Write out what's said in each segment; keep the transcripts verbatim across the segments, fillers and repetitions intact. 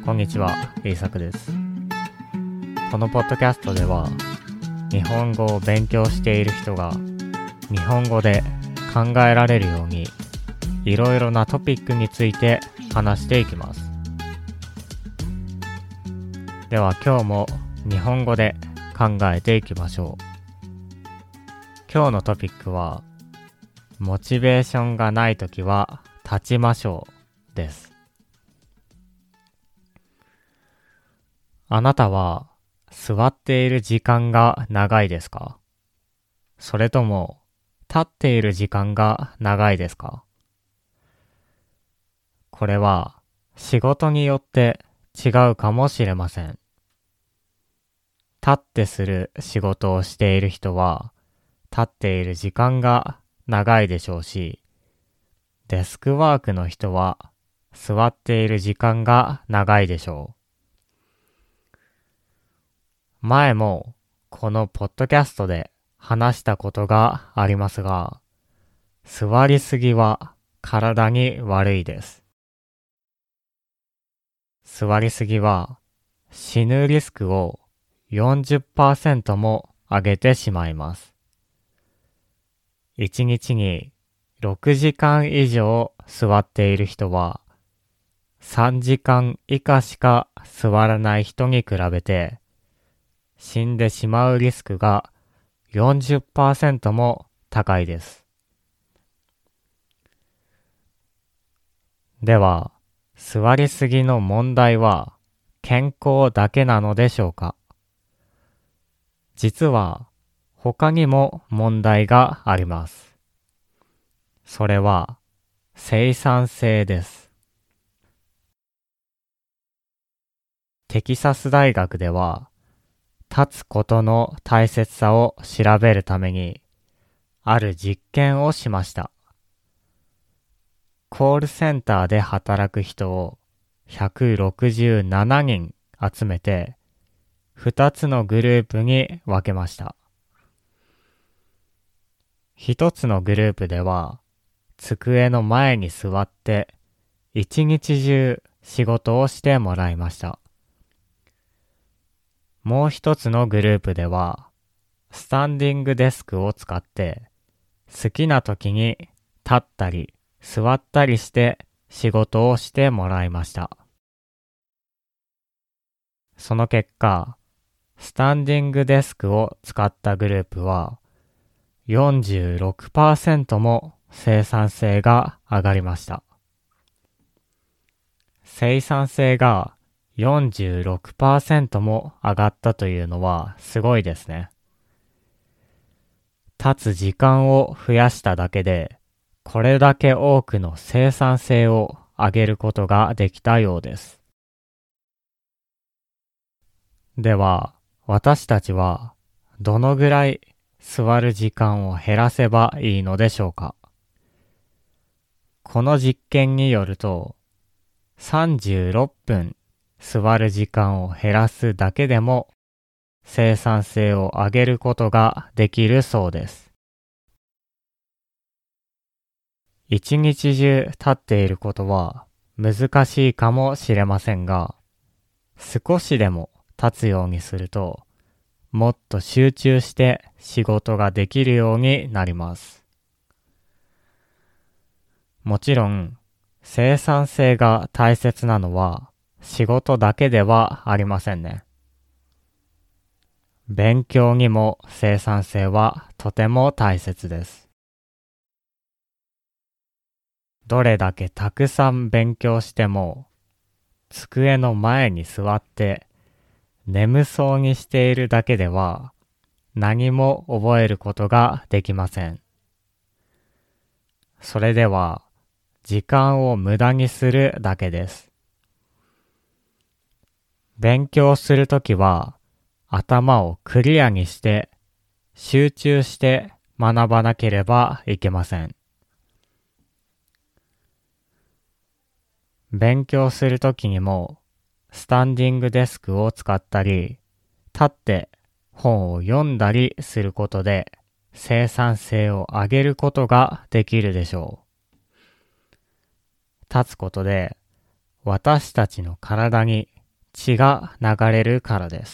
こんにちは、イーサクです。このポッドキャストでは、日本語を勉強している人が日本語で考えられるように、いろいろなトピックについて話していきます。では今日も日本語で考えていきましょう。今日のトピックは、モチベーションがないときは立ちましょうです。あなたは座っている時間が長いですか？それとも立っている時間が長いですか？これは仕事によって違うかもしれません。立ってする仕事をしている人は立っている時間が長いでしょうし、デスクワークの人は座っている時間が長いでしょう。前もこのポッドキャストで話したことがありますが、座りすぎは体に悪いです。座りすぎは死ぬリスクを よんじゅっパーセント も上げてしまいます。いちにちにろくじかん以上座っている人は、さんじかん以下しか座らない人に比べて、死んでしまうリスクが よんじゅっパーセント も高いです。では、座りすぎの問題は健康だけなのでしょうか？実は他にも問題があります。それは生産性です。テキサス大学では、立つことの大切さを調べるために、ある実験をしました。コールセンターで働く人をひゃくろくじゅうななにん集めて、ふたつのグループに分けました。ひとつのグループでは、机の前に座って、一日中仕事をしてもらいました。もう一つのグループでは、スタンディングデスクを使って、好きな時に立ったり座ったりして仕事をしてもらいました。その結果、スタンディングデスクを使ったグループは、よんじゅうろくパーセント も生産性が上がりました。生産性がよんじゅうろくパーセント も上がったというのはすごいですね。立つ時間を増やしただけで、これだけ多くの生産性を上げることができたようです。では、私たちはどのぐらい座る時間を減らせばいいのでしょうか？この実験によると、さんじゅうろっぷん座る時間を減らすだけでも生産性を上げることができるそうです。一日中立っていることは難しいかもしれませんが、少しでも立つようにすると、もっと集中して仕事ができるようになります。もちろん、生産性が大切なのは仕事だけではありませんね。勉強にも生産性はとても大切です。どれだけたくさん勉強しても、机の前に座って眠そうにしているだけでは何も覚えることができません。それでは時間を無駄にするだけです。勉強するときは頭をクリアにして集中して学ばなければいけません。勉強するときにもスタンディングデスクを使ったり、立って本を読んだりすることで生産性を上げることができるでしょう。立つことで私たちの体に血が流れるからです。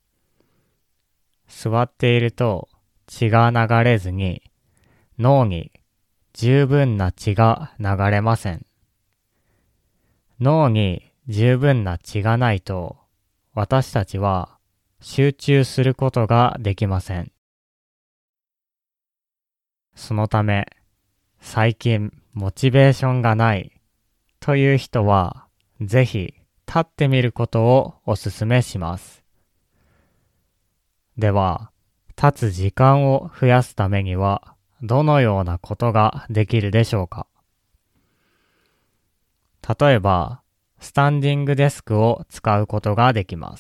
座っていると血が流れずに脳に十分な血が流れません。脳に十分な血がないと私たちは集中することができません。そのため最近モチベーションがないという人はぜひ立ってみることをお勧めします。では、立つ時間を増やすためにはどのようなことができるでしょうか。例えば、スタンディングデスクを使うことができます。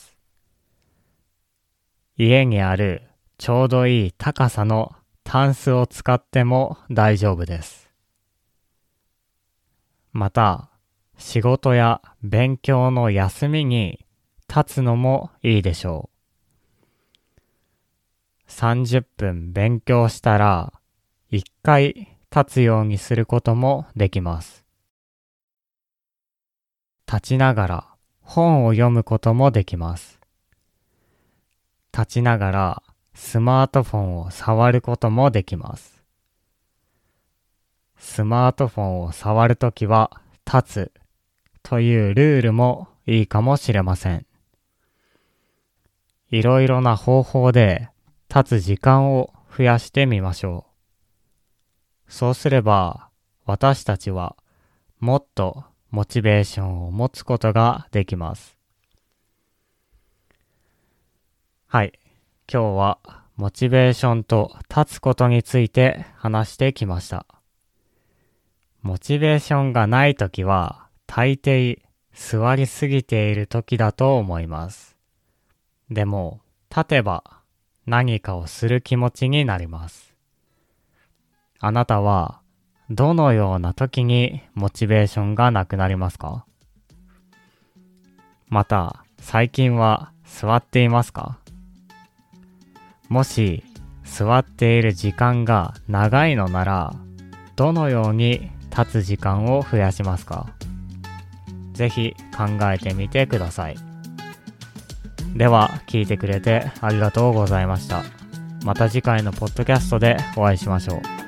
家にあるちょうどいい高さのタンスを使っても大丈夫です。また、仕事や勉強の休みに立つのもいいでしょう。さんじゅっぷん勉強したら、いっかい立つようにすることもできます。立ちながら本を読むこともできます。立ちながらスマートフォンを触ることもできます。スマートフォンを触るときは立つというルールもいいかもしれません。いろいろな方法で立つ時間を増やしてみましょう。そうすれば私たちはもっとモチベーションを持つことができます。はい、今日はモチベーションと立つことについて話してきました。モチベーションがないときは大抵座りすぎているときだと思います。でも立てば何かをする気持ちになります。あなたはどのような時にモチベーションがなくなりますか？また、最近は座っていますか？もし座っている時間が長いのなら、どのように立つ時間を増やしますか？ぜひ考えてみてください。では、聞いてくれてありがとうございました。また次回のポッドキャストでお会いしましょう。